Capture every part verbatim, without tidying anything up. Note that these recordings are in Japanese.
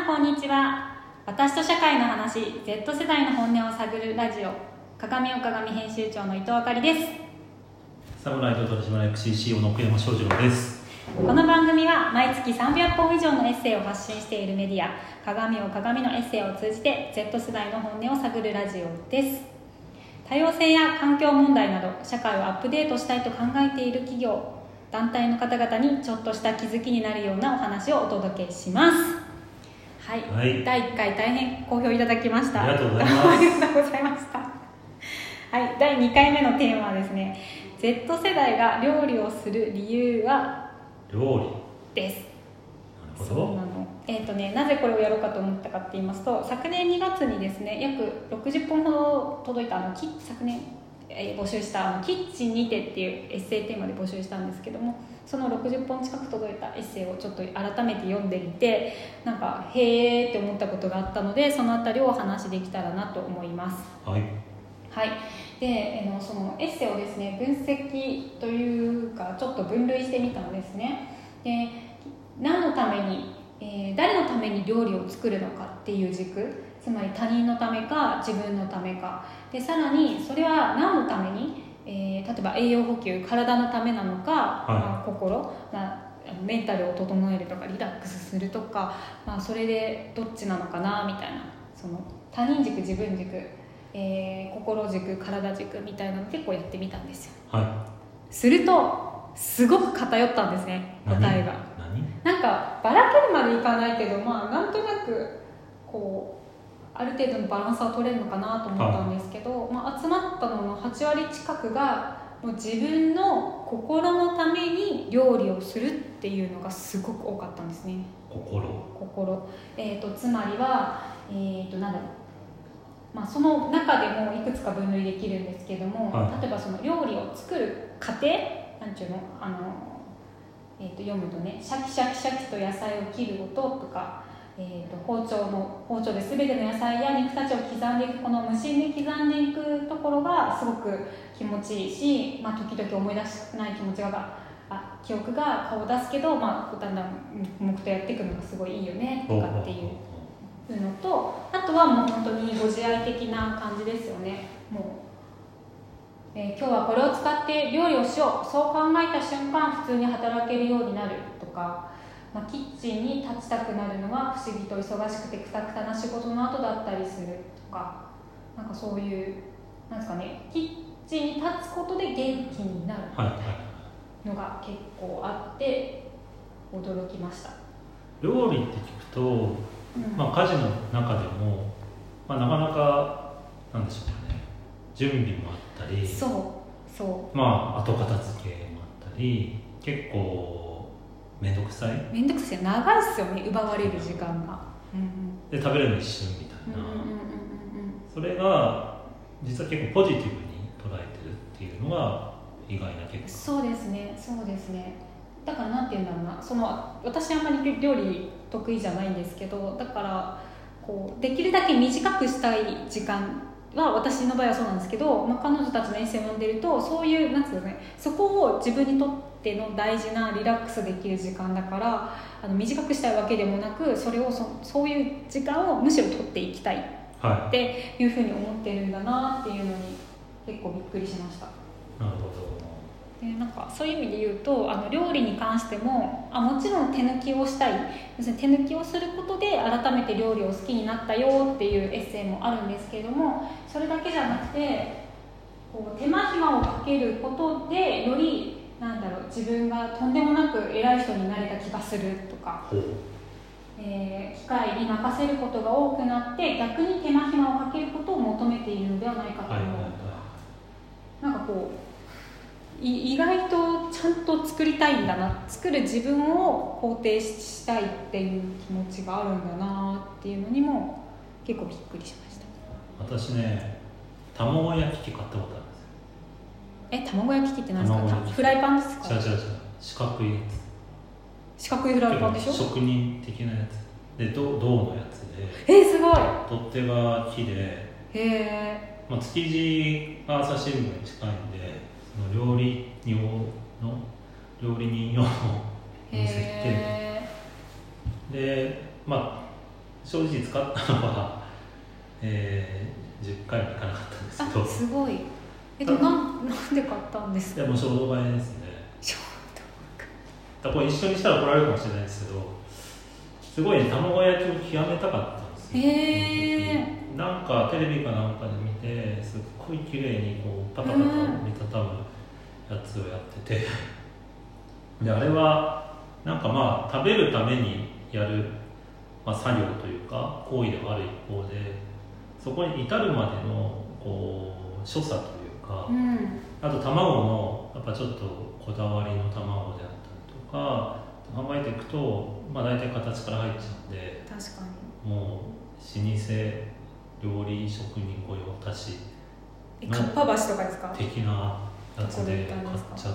んこんにちは。私と社会の話 Z 世代の本音を探るラジオ鏡お鏡編集長の伊藤あかりです。 サムライト取締役 シーシーオー の奥山翔二郎です。 この番組は毎月さんびゃっぽん以上のエッセイを発信しているメディア鏡お鏡のエッセイを通じて Z 世代の本音を探るラジオです。多様性や環境問題など社会をアップデートしたいと考えている企業団体の方々にちょっとした気づきになるようなお話をお届けします。はい、はい、だいいっかい大変好評いただきました。 ありがとうございます。 ありがとうございました。はい、だいにかいめのテーマはですね、 Z 世代が料理をする理由は料理です。 なるほど。 そうなの。えーとね、なぜこれをやろうかと思ったかって言いますと、昨年にがつにですね約ろくじゅっぽんほど届いたあのき昨年、えー、募集したあのキッチンにてっていうエッセイテーマで募集したんですけども、そのろくじゅっぽん近く届いたエッセイをちょっと改めて読んでみて、なんかへーって思ったことがあったので、そのあたりをお話しできたらなと思います。 はい、 はい、であのそのエッセイをですね分析というかちょっと分類してみたんですね。で何のために、えー、誰のために料理を作るのかっていう軸、つまり他人のためか自分のためかで、さらにそれは何のために、えー、例えば栄養補給、体のためなのか、はいまあ、心、まあ、メンタルを整えるとかリラックスするとか、まあ、それでどっちなのかなみたいな、その他人軸自分軸、えー、心軸体軸みたいなの結構やってみたんですよ。 はい、 するとすごく偏ったんですね、答えが。なんかばらけるまでいかないけど、まあなんとなくこうある程度のバランスは取れるのかなと思ったんですけど、まあ、集まったののはちわり近くがもう自分の心のために料理をするっていうのがすごく多かったんですね。 心心、えー、とつまりは、えー、となんだろう、まあ、その中でもいくつか分類できるんですけども、はい、例えばその料理を作る過程、なんちゅうの、あの、えー、と読むとね、シャキシャキシャキと野菜を切る音とか、えー、と包丁の包丁で全ての野菜や肉たちを刻んでいく、この無心で刻んでいくところがすごく気持ちいいし、まあ、時々思い出したくない気持ちがあ記憶が顔を出すけど、まあ、だんだん黙々とやっていくのがすごいいいよねとかっていうのと、あとはもう本当にご自愛的な感じですよね。もう、えー、今日はこれを使って料理をしよう、そう考えた瞬間普通に働けるようになるとか、まあ、キッチンに立ちたくなるのは不思議と忙しくてクタクタな仕事の後だったりするとか、なんかそういうなんですかね、キッチンに立つことで元気になるのが結構あって驚きました。 料理って聞くと、うんまあ、家事の中でも、まあ、なかなかなんでしょうね、準備もあったり、 そうそうまあ後片付けもあったり、結構めんどくさいめんどくさい長いっすよね、奪われる時間が、うん、 で食べるの一瞬みたいな、うんうんうんうん、それが実は結構ポジティブに捉えてるっていうのが意外な結果。 そうですね、そうですね。だからなんていうんだろうな、その私あんまり料理得意じゃないんですけど、だからこうできるだけ短くしたい時間は、私の場合はそうなんですけど、まあ、彼女たちのエッセイを読んでると、そういうなんていうのね、そこを自分にとっての大事なリラックスできる時間だから、あの短くしたいわけでもなく、それを そ, そういう時間をむしろ取っていきたいっていうふうに思ってるんだなっていうのに結構びっくりしました。 なるほど。 でなんかそういう意味で言うと、あの料理に関してもあもちろん手抜きをしたい、要するに手抜きをすることで改めて料理を好きになったよっていうエッセイもあるんですけれども、それだけじゃなくてこう手間暇をかけることでよりなんだろう、自分がとんでもなく偉い人になれた気がするとか、えー、機械に任せることが多くなって逆に手間暇をかけることを求めているのではないかと思う、はいはいはい、なんかこう意外とちゃんと作りたいんだな、作る自分を肯定したいっていう気持ちがあるんだなっていうのにも結構びっくりしました。 私ね、卵焼き器買ったことあるんですよ。 え、卵焼き器って何ですか？フライパンですか？ 違う違う違う、四角いやつ。四角いフライパンでしょ？ 職人的なやつで、銅のやつで、 えー、すごい。 取っ手が木で、 へー、まあ、築地が朝日新聞に近いんで、その料理用の料理人用の店行って、で、まあ正直使ったのは、えー、じゅっかいもいかなかったんですけど。 あ、すごい。えっと、なん、なんで買ったんですか？ いや、もう衝動買いですね。 衝動買い。だからこれ一緒にしたら怒られるかもしれないですけど、すごい、ね、卵焼きを極めたかったんですよ。 へー。 なんかテレビかなんかで見て、すっごい綺麗にこうパタパタ折りたたむやつをやってて、であれはなんかまあ食べるためにやる、まあ、作業というか行為ではある一方で、そこに至るまでのこう所作というか、 うん、 あと卵のやっぱちょっとこだわりの卵であったりとか考えていくと、まあ、大体形から入っちゃうんで、 確かにもう老舗料理職人御用達のかっぱ橋とかですか的なやつで買っちゃって、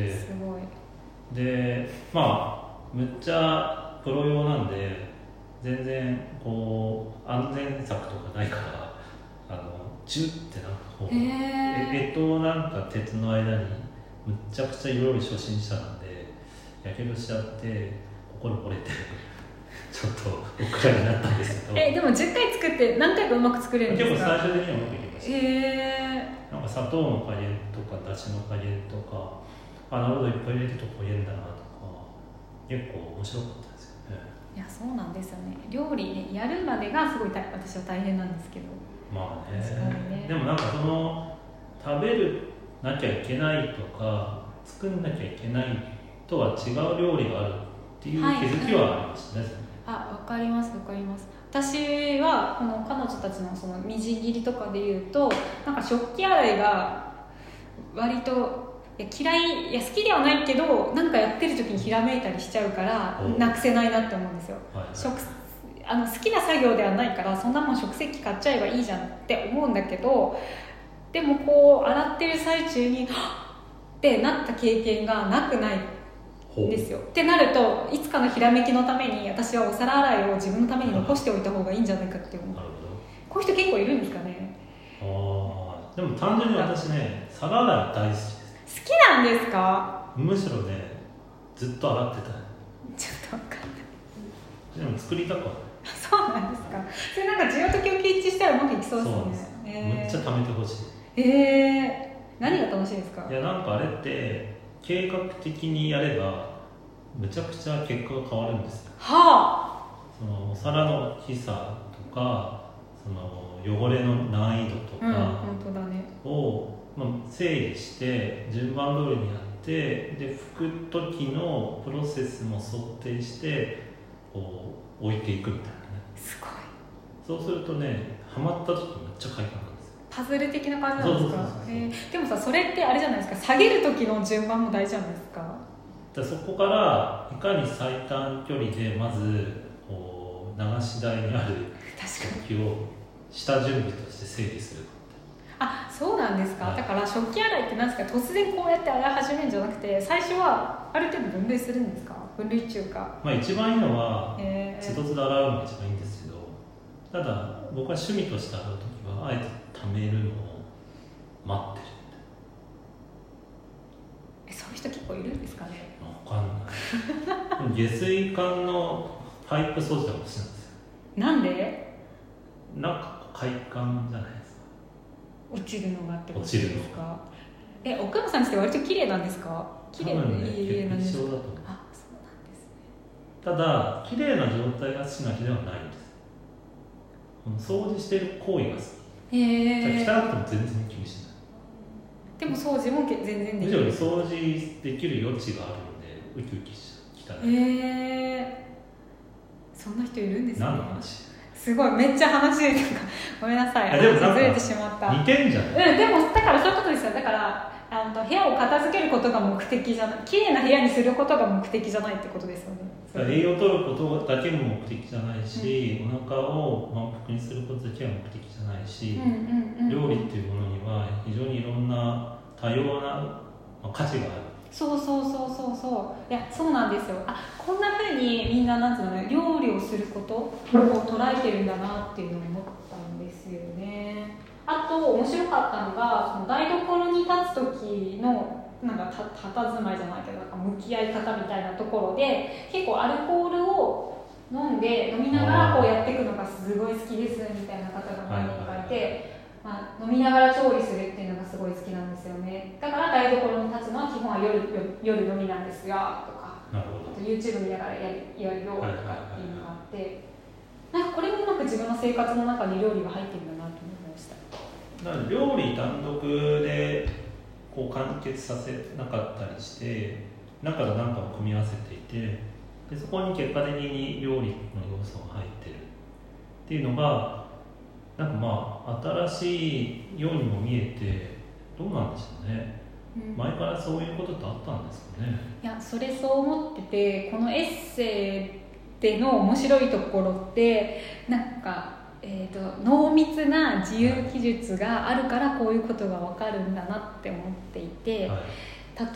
すごい。 でまあむっちゃプロ用なんで全然こう安全策とかないから、あのジュッてなんかこうえ干支なんか鉄の間にむっちゃくちゃ料理初心者なんでやけどしちゃって心折れてちょっとお蔵になったんですけど。 えでもじゅっかい作って何回かうまく作れるんですか？ 結構最終的にはうまくいきました。 へー。 なんか砂糖の加減とかだしの加減とか、あ、なるほどいっぱい入れてとこ入れるんだなとか、結構面白かったですよね。 いやそうなんですよね。料理ねやるまでがすごい大私は大変なんですけど。 まあね。 ねでもなんかその食べるなきゃいけないとか作んなきゃいけないとは違う料理があるっていう気づきはありましたね。はいはい、 あ、わかりますわかります。私はこの彼女たちのそのみじん切りとかで言うと、なんか食器洗いが割といや嫌いいや好きではないけど、なんかやってる時にひらめいたりしちゃうからなくせないなって思うんですよ。はいはい、食あの好きな作業ではないからそんなもん食洗機買っちゃえばいいじゃんって思うんだけど、でもこう洗ってる最中にはっってなった経験がなくないですよ。ってなるといつかのひらめきのために私はお皿洗いを自分のために残しておいた方がいいんじゃないかって思う。なるほど。こういう人結構いるんですかね。 ああ、でも単純に私ね、皿洗い大好きです。 好きなんですか？ むしろね、ずっと洗ってた。 ちょっとわかんない。 でも作りたくはない。 そうなんですか。それなんか需要と供給一致したらうまくいきそうですね。 そうです、えー、めっちゃ貯めてほしい。 えー、何が楽しいですか？いやなんかあれって計画的にやればむちゃくちゃ結果が変わるんですよ。 はあ。 そのお皿の大きさとかその汚れの難易度とかを、うん本当だね、 まあ、整理して順番通りにやってで拭く時のプロセスも想定してこう置いていくみたいなね。 すごい。 そうするとね、ハマった時めっちゃ快感なんですよ。 パズル的な感じなんですか？えー、でもさ、それってあれじゃないですか、下げる時の順番も大事じゃないですか。 だそこからいかに最短距離でまずこう流し台にある食器を下準備として整理する。 あ、そうなんですか、はい、だから食器洗いって何ですか、突然こうやって洗い始めるんじゃなくて最初はある程度分類するんですか？分類中か、 まあ、一番いいのはつどつど洗うのが一番いいんですけど、ただ僕は趣味として洗う時はあえて貯めるのを待ってる。 え、そういう人結構いるんですかね。 分かんない下水管のパイプ掃除とかもしないんですよ。 なんで？ なんか快感じゃないですか。 落ちるのがってことですか。え、岡野さんって割と綺麗なんですか？綺麗な家なんですか？ 多分ね、潔癖症だと思う。 あ、そうなんですね。 ただ綺麗な状態が好きな人ではないんです。掃除している行為が好き。へえ。汚くても全然気にしない。 でも掃除も全然できる。 むしろ掃除できる余地があるのでウキウキしちゃう。汚い。 へえ。そんな人いるんですね。 何の話？ すごい、めっちゃ話なんかごめんなさい、 でもなんかずれてしまった。 似てんじゃない？ うん、でもだからそういうことですよ。だからあの部屋を片付けることが目的じゃない、綺麗な部屋にすることが目的じゃないってことですよね。 栄養を取ることだけも目的じゃないし、うん、お腹を満腹にすることだけは目的じゃないし、うんうんうん、料理っていうものには非常にいろんな多様な価値がある。 そうそうそうそうそう、いやそうなんですよ。あ、こんな風にみんななんていうの、ね、料理をすることを捉えてるんだなっていうのを思ったんですよね。あと面白かったのが、その台所に立つ時のなんかた佇まいじゃないけど、なんか向き合い方みたいなところで結構アルコールを飲んで飲みながらこうやっていくのが好すごい好きですみたいな方が何人かいて、まあ、飲みながら調理するっていうのがすごい好きなんですよね。だから台所に立つのは基本は 夜, 夜のみなんですよとか、 なるほど。 YouTube 見ながらやるやるよとかっていうのがあって、なんかこれもうまく自分の生活の中に料理が入ってるんだなと思いました。 だから料理単独でこう完結させなかったりして中と何かを組み合わせていて、でそこに結果的に料理の要素が入ってるっていうのがなんかまあ新しいようにも見えてどうなんでしょうね、うん、前からそういうことってあったんですかね。 いやそれそう思ってて、このエッセイでの面白いところってなんか、えーと、濃密な自由記述があるからこういうことが分かるんだなって思っていて、はい、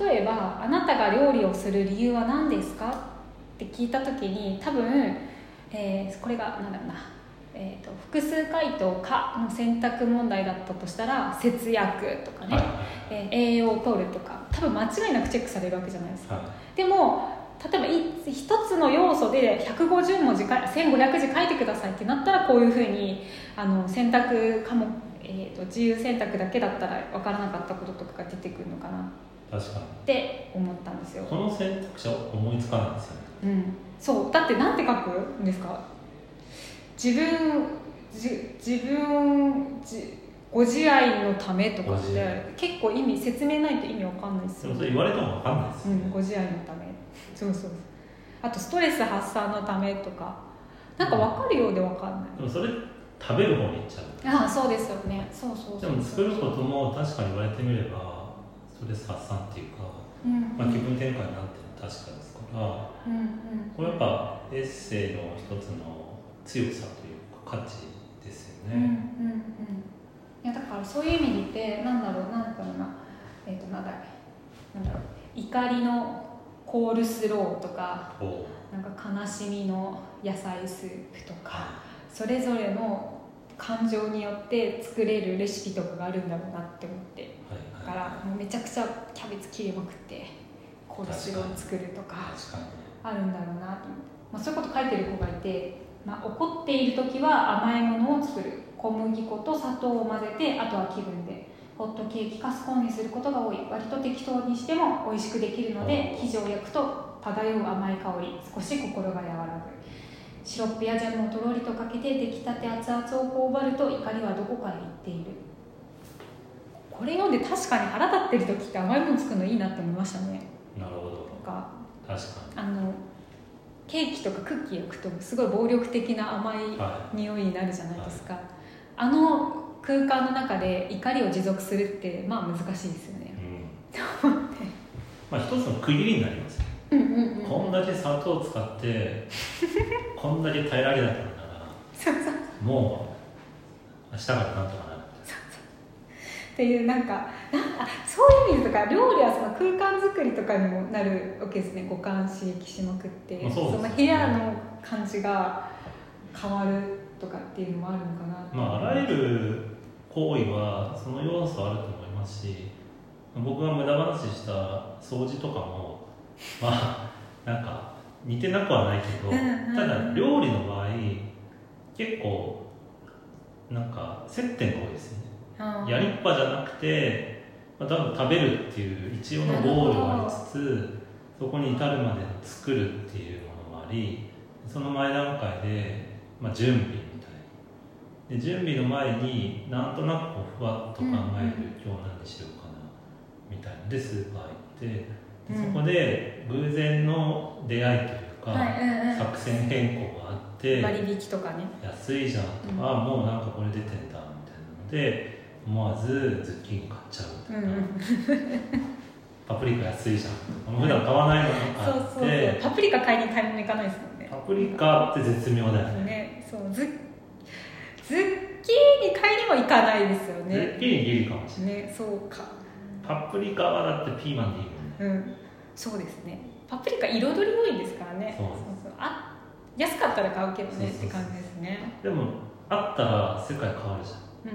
例えばあなたが料理をする理由は何ですかって聞いた時に多分、えー、これがなんだろうな、えーと、複数回答かの選択問題だったとしたら節約とかね、はい、えー、栄養を取るとか多分間違いなくチェックされるわけじゃないですか、はい、でも例えば一つの要素でひゃくごじゅうもじせんごひゃくじ書いてくださいってなったらこういうふうにあの選択かも、えーと、自由選択だけだったら分からなかったこととかが出てくるのかな確かにって思ったんですよ。 この選択肢は思いつかないんですよね、 うん、そうだってなんて書くんですか。自分じ自分じご自愛のためとかって結構意味説明ないと意味わかんないですよ、 ね、でもそれ言われてもわかんないですよね、 うん、ご自愛のためそうそうそう、あとストレス発散のためとかなんか分かるようで分かんない、 うん、でもそれ食べる方に行っちゃう。 ああそうですよね、そうそうそう。 でも作ることも確かに言われてみればストレス発散っていうか、うんうん、まあ、気分転換になってるのは確かですから、うんうん、これやっぱエッセイの一つの強さというか価値ですよね、うんうんうん、 いやだからそういう意味で言ってなんだろうなんだろうなえっ、ー、となんだなんだろう怒りのコールスローとかなんか悲しみの野菜スープとかそれぞれの感情によって作れるレシピとかがあるんだろうなって思って、はいはい、だからもうめちゃくちゃキャベツ切りまくってコールスロー作るとかあるんだろうなと思って、まあ、そういうこと書いてる子がいて、まあ、怒っている時は甘いものを作る、小麦粉と砂糖を混ぜてあとは気分でホットケーキかスコーンにすることが多い、割と適当にしても美味しくできるので生地を焼くと漂う甘い香り、少し心が和らぐ、シロップやジャムをとろりとかけて出来たて熱々を頬張ると怒りはどこかへ行っている。これ読んで確かに腹立ってる時って甘いもの作るのいいなって思いましたね。 なるほど。 なんか確かにあのケーキとかクッキー焼くとすごい暴力的な甘い匂いになるじゃないですか、はいはい、あの空間の中で怒りを持続するってまあ難しいですよね、うん、 まあ一つの区切りになりますよ、うんうんうん、こんだけ砂糖を使ってこんだけ耐えられなかったらもう明日からなんとかなるっていうなんかなんかそういう意味とか料理はその空間作りとかにもなるわけですね。五感刺激しまくって、まあ そ, ね、その部屋の感じが変わるとかっていうのもあるのかなって、 まあ、あらゆる行為はその要素あると思いますし、僕が無駄話した掃除とかもまあなんか似てなくはないけど、ただ料理の場合結構なんか接点が多いですよね。やりっぱじゃなくて、まあ、多分食べるっていう一応のゴールがありつつそこに至るまで作るっていうものもあり、その前段階で、まあ、準備みたいなで準備の前になんとなくこうふわっと考える、うん、今日何にしようかなみたいなでスーパー行ってで、うん、そこで偶然の出会いというか、はいうんうん、作戦変更があって割引とかね安いじゃんとか、うん、もうなんかこれ出てんだみたいなので思わずズッキーニ買っちゃうみたいな、うん、パプリカ安いじゃん普段買わないのに買ってそうそうそうパプリカ買いに買い物行かないですもんね。 パプリカって絶妙だよね。 ねそうズッズッキーニ買いにも行かないですよね。 ズッキーニギリかもしれないねそうか。 パプリカはだってピーマンでいいもんね。 うんそうですね。パプリカ彩り多いですからね。そうそうそうあ安かったら買うけどねって感じですね。 でもあったら世界変わるじゃん。うん、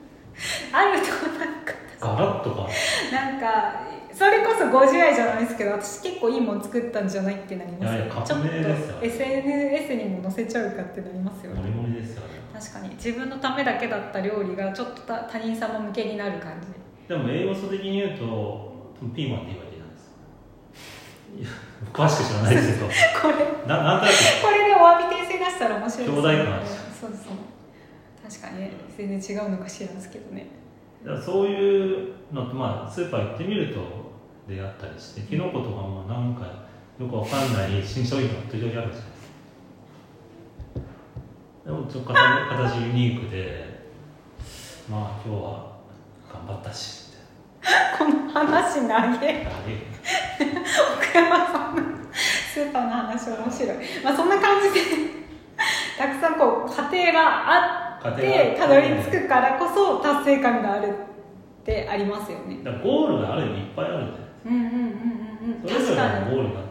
あるとなんかガラッとかなんかそれこそごじゅうえんじゃないですけど、私結構いいもの作ったんじゃないってなりますよね。 いやいや革命ですよね。 ちょっと エスエヌエス にも載せちゃうかってなりますよね。 モリモリですよね。 確かに自分のためだけだった料理がちょっと他人様向けになる感じ。 でも栄養素的に言うとピーマンっていいわけじゃないですか。いや詳しく知らないですけどこれななんとなくこれでお詫び訂正出したら面白いですね。 兄弟感。 そうですね。確かにね、全然違うのかしらんですけどね。 だからそういうのって、まあ、スーパー行ってみると出会ったりして、キノコとかもなんかよくわかんない新商品が時々あるじゃないですか。でもちょっと形ユニークで、まあ今日は頑張ったしこの話投げみたいな。 奥山さんのスーパーの話面白い。まあそんな感じでたくさんこう家庭があってたどり着くからこそ達成感があるってありますよね。 だからゴールがある意味いっぱいあるんで、 うんうんうんうんうん。 それぞれのゴールがあって、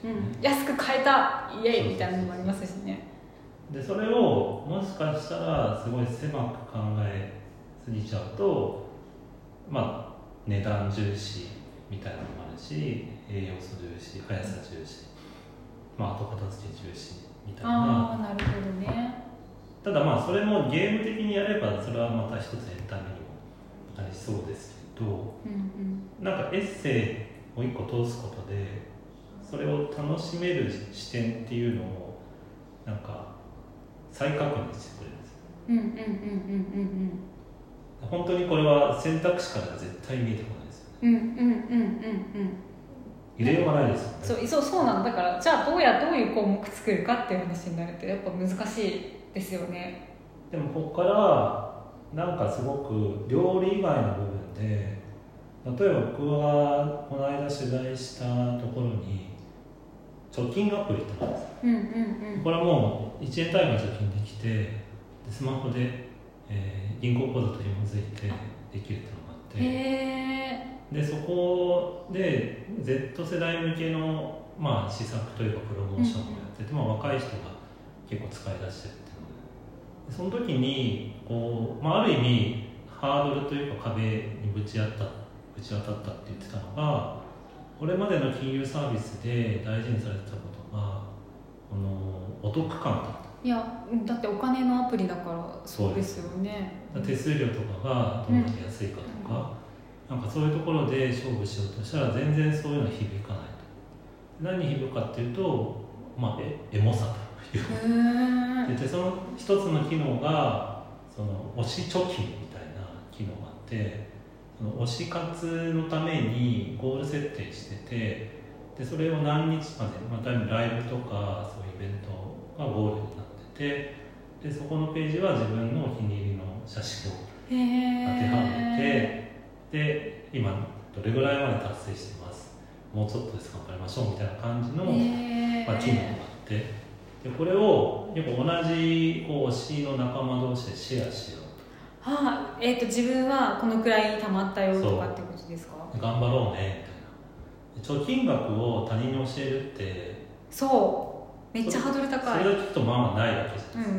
うん、安く買えたイエイみたいなのもありますしね。 でそれをもしかしたらすごい狭く考えすぎちゃうと、まあ値段重視みたいなのもあるし、栄養素重視、速さ重視、まあ後片付け重視みたいな。 ああ、なるほどね。 ただまあそれもゲーム的にやればそれはまた一つエンタメにもなりそうですけど、 うんうん、 なんかエッセイを一個通すことでそれを楽しめる視点っていうのをなんか再確認してくれるんですよ。 うんうんうんうんうんうん本当にこれは選択肢から絶対見えてこないですよね。 うんうんうんうんうん入れようがないですよね。 そうそうそうなんだから、じゃあどうやどういう項目作るかっていう話になるとやっぱ難しいですよね。 でもここからなんかすごく料理以外の部分で、例えば僕はこの間取材したところに貯金アプリってのがあるんですよ。 うんうんうん、 これはもういちえん単位の貯金できて、でスマホで、えー、銀行口座と紐づいてできるっていうのがあって、 へでそこで Z 世代向けの、まあ、施策というかプロモーションをやってて、うんうん、まあ、若い人が結構使い出してるっていうので、その時にこう、まあ、ある意味ハードルというか壁にぶち当たったぶち当たったって言ってたのが、これまでの金融サービスで大事にされてたことがこのお得感だった。 いやだってお金のアプリだからそうですよね。 手数料とかがどんだけ安いかとか、うん、なんかそういうところで勝負しようとしたら全然そういうのは響かないと。何に響くかっていうと、まあ、エ, エモさというで、その一つの機能がその推し貯金みたいな機能があって、その推し活のためにゴール設定してて、でそれを何日まで、まあ、ライブとかそういうイベントがゴールになってて、でそこのページは自分のお気に入りの写真を当てはめて、で今どれぐらいまで達成してます、もうちょっとです頑張りましょうみたいな感じの、まあ、機能があって、でこれをやっぱ同じこう推しの仲間同士でシェアしようと。 はあ、えーと、自分はこのくらい貯まったよとかってことですか。 頑張ろうねみたいな。貯金額を他人に教えるってそうめっちゃハードル高い。 それだけ聞くとまあまあないわけじゃないですか、うんうんうん、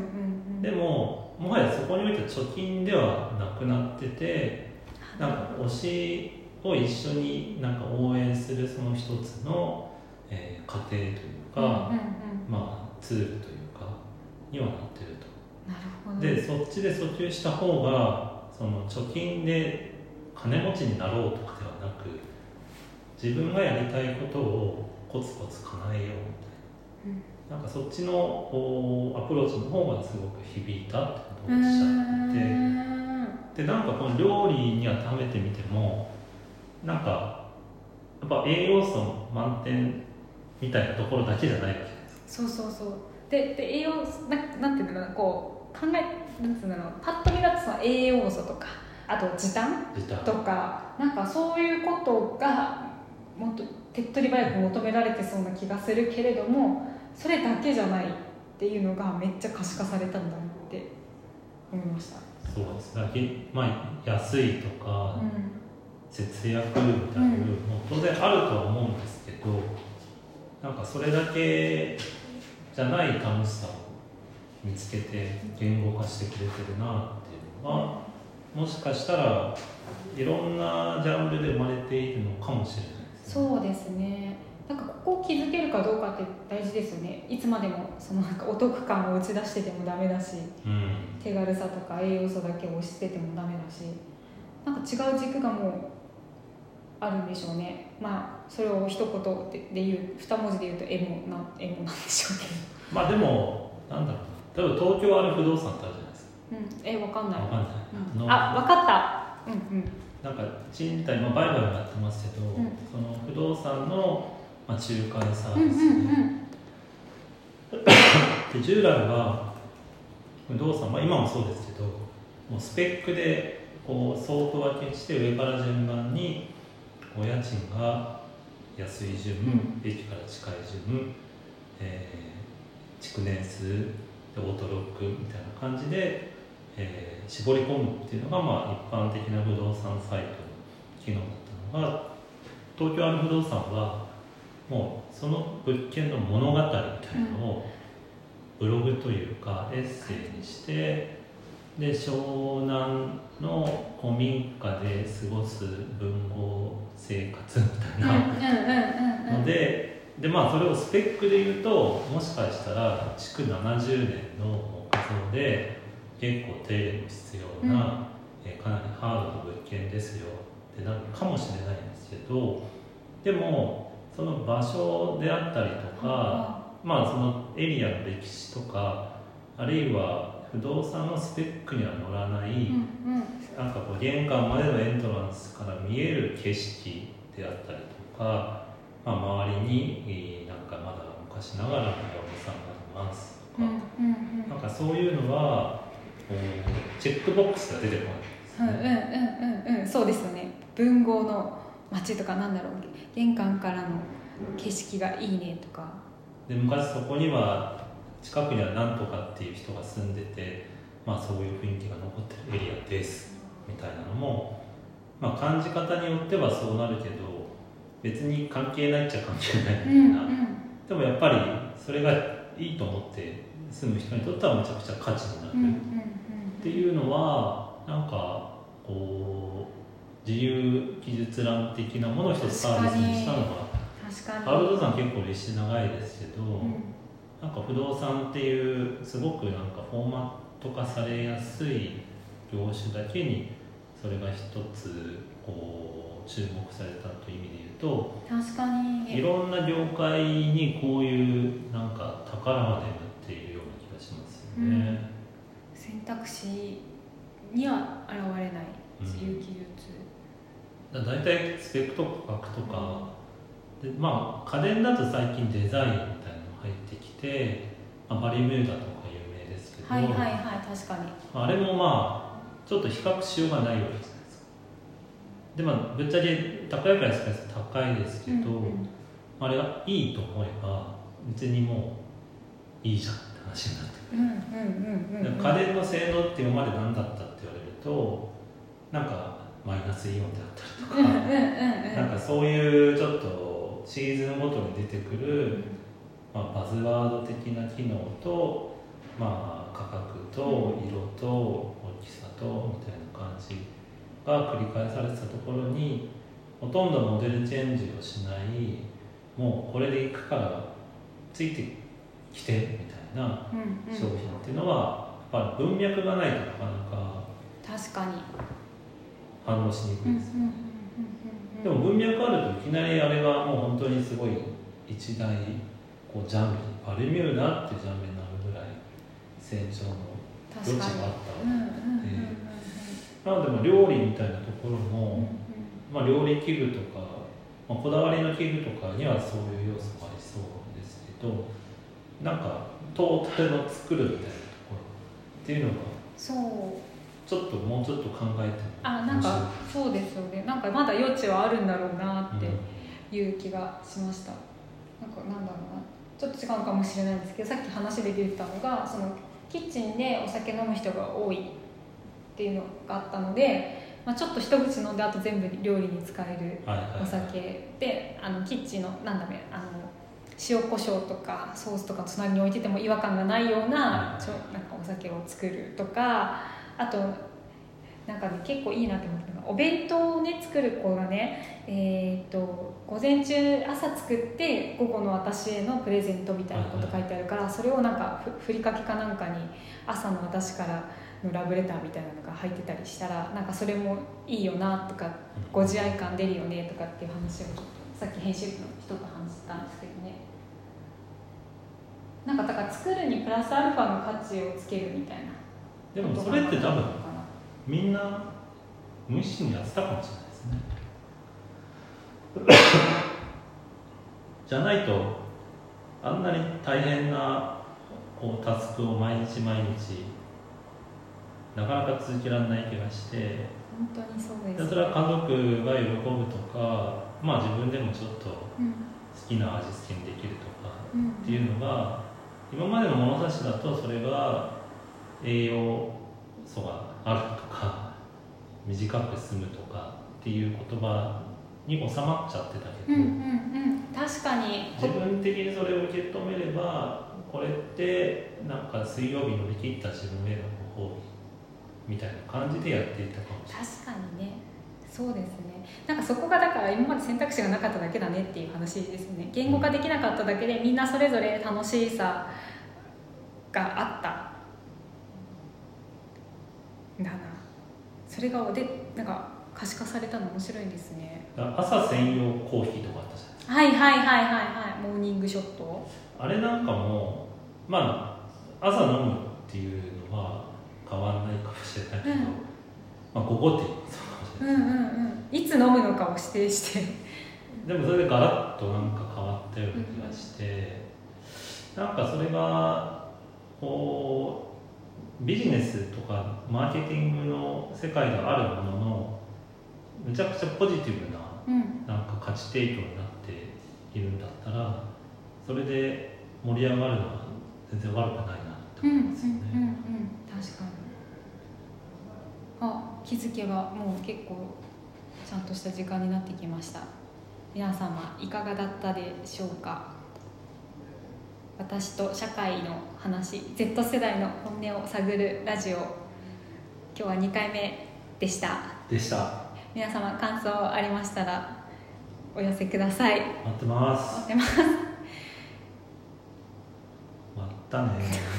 でももはやそこにおいて貯金ではなくなってて、なんか推しを一緒になんか応援するその一つの、えー、過程というか、うんうんうん、まあ、ツールというかにはなってると。 なるほど。 でそっちで訴求した方がその貯金で金持ちになろうとかではなく、自分がやりたいことをコツコツ叶えようみたいな、うん、なんかそっちのこうアプローチの方がすごく響いたってことをおっしゃってて、でなんかこの料理に当てはめてみてもなんかやっぱ栄養素満点みたいなところだけじゃないわけです。 そうそうそう。でで栄養ななんていうのこう考えなんていうのパッと見だとその栄養素とかあと時短とかなんかそういうことがもっと手っ取り早く求められてそうな気がするけれども、それだけじゃないっていうのがめっちゃ可視化されたんだなって思いました。 そうですね、まあ、安いとか、うん、節約みたいな部分も当然あるとは思うんですけど、なんかそれだけじゃない楽しさを見つけて言語化してくれてるなっていうのがもしかしたらいろんなジャンルで生まれているのかもしれないですね。そうですね。なんかここを気づけるかどうかって大事ですよね。いつまでもそのなんかお得感を打ち出しててもダメだし、うん、手軽さとか栄養素だけを押し付けてもダメだし、なんか違う軸がもうあるんでしょうね。まあそれを一言でで言う二文字で言うとエモなエモなんでしょうけど。 まあでもなんだろうな、例えば東京ある不動産ってあるじゃないですか。 うん、えわかんない。 わかんない。 うん、あ、わかった。うんうん。 なんか賃貸、まあ、売買もやってますけど、うん、その不動産の、まあ、仲介サービス、ね、うんうんうん、で従来は不動産、まあ、今もそうですけど、もうスペックでこう相当分けして上から順番にお家賃が安い順、うん、駅から近い順、えー、築年数でオートロックみたいな感じで、えー、絞り込むっていうのが、まあ、一般的な不動産サイトの機能だったのが、東京ある不動産はもうその物件の物語みたいなのをブログというかエッセイにして、で湘南の古民家で過ごす文豪生活みたいなので、でまあそれをスペックで言うと、もしかしたら築ななじゅうねんの木造で結構手入れの必要な、うん、えー、かなりハードな物件ですよってなるかもしれないんですけど、でもその場所であったりとか、うん、まあそのエリアの歴史とか、あるいは不動産のスペックには載らない、うんうん、なんかこう玄関までのエントランスから見える景色であったりとか、まあ、周りになんかまだ昔ながらの八百さんがいますとか、うんうんうん、なんかそういうのはチェックボックスが出てこないんですね。 うんうんうんうん、そうですよね。文豪の街とか、なんだろう、玄関からの景色がいいねとか。 で昔そこには近くには何とかっていう人が住んでて、まあそういう雰囲気が残ってるエリアですみたいなのも、まあ感じ方によってはそうなるけど、別に関係ないっちゃ関係ないみたいな、うんうん、でもやっぱりそれがいいと思って住む人にとってはめちゃくちゃ価値になるっていうのは、なんかこう自由記述欄的なものを一つサービスにしたのは、ハードさん結構歴史長いですけど、うん、なんか不動産っていうすごくなんかフォーマット化されやすい業種だけにそれが一つこう注目されたという意味で言うと、 確かにいろんな業界にこういうなんか宝が眠っているような気がしますよね、うん、 選択肢には現れない自由記述、 うん、だいたいスペックとか価格とか、うん、でまあ家電だと最近デザインみたいなのが入ってきて、まあ、バリミューダとか有名ですけど、 はいはいはい、確かにあれもまあちょっと比較しようがないようですで、まあ、ぶっちゃけ高いか安いか高いですけど、うんうん、あれがいいと思えば別にもういいじゃんって話になってくる。家電の性能って今まで何だったって言われると、なんかマイナスイオンであったりとか、うんうんうんうん、なんかそういうちょっとシーズンごとに出てくる、まあ、バズワード的な機能と、まあ、価格と色と大きさとみたいな感じが繰り返されてたところに、ほとんどモデルチェンジをしない、もうこれでいくからついてきてみたいな商品っていうのは、やっぱり文脈がないとなかなか確かに反応しにくいですよね。でも文脈あるといきなりあれがもう本当にすごい一大こうジャンルに、バルミューダっていうジャンルになるぐらい成長の余地があったので、なのでまあ料理みたいなところも、うんうん、まあ、料理器具とか、まあ、こだわりの器具とかにはそういう要素がありそうですけど、なんかトータルの作るみたいなところっていうのがそうちょっともうちょっと考えてもあなんかそうですよね。なんかまだ余地はあるんだろうなっていう気がしました、うん、なんかなんだろうな、ちょっと違うかもしれないんですけど、さっき話で出てたのが、そのキッチンでお酒飲む人が多いっていうのがあったので、まあ、ちょっと一口飲んであと全部料理に使えるお酒で、あのキッチンのなんだろう、あの塩コショウとかソースとか隣に置いてても違和感がないような、ちょなんかお酒を作るとか、あとなんかね結構いいなと思ったのが、お弁当をね作る子がね、えー、と午前中朝作って午後の私へのプレゼントみたいなこと書いてあるから、それをなんかふりかけかなんかに朝の私からのラブレターみたいなのが入ってたりしたら、なんかそれもいいよなとか、ご自愛感出るよねとかっていう話をちょっとさっき編集部の人と話してたんですけどね。なんかだから作るにプラスアルファの価値をつけるみたいな。 でもそれって多分みんな無意識にやってたかもしれないですねじゃないとあんなに大変なこうタスクを毎日毎日なかなか続けられない気がして、 本当にそうです、ね、 それは家族が喜ぶとか、まあ、自分でもちょっと好きな味付けにできるとかっていうのが、今までの物差しだとそれが栄養素があるとか短く済むとかっていう言葉に収まっちゃってたけど、 うんうんうん、確かに自分的にそれを受け止めれば、これってなんか水曜日乗り切った自分へのご褒美みたいな感じでやっていたかもしれない。 確かにね、そうですね。なんかそこがだから今まで選択肢がなかっただけだねっていう話ですね。言語化できなかっただけでみんなそれぞれ楽しさがあっただな。それがでなんか可視化されたの面白いですね。 朝専用コーヒーとかあったじゃないですか。 はいはいはいはいはい。モーニングショット。 あれなんかもまあ朝飲むっていうのは変わらないかもしれないけど、うん、まあここってそうかもしれないですね。 うんうんうん。いつ飲むのかを指定してでもそれでガラッとなんか変わったような気がして、うん、なんかそれがこうビジネスとかマーケティングの世界ではあるもののめちゃくちゃポジティブな、うん、なんか価値提供になっているんだったら、それで盛り上がるのは全然悪くないなって思いますよね。 うんうんうんうん、確かに。あ、気づけばもう結構ちゃんとした時間になってきました。皆様いかがだったでしょうか。私と社会の話、 Z 世代の本音を探るラジオ、今日はにかいめでしたでした皆様感想ありましたらお寄せください。 待ってます。 待ってます。 またね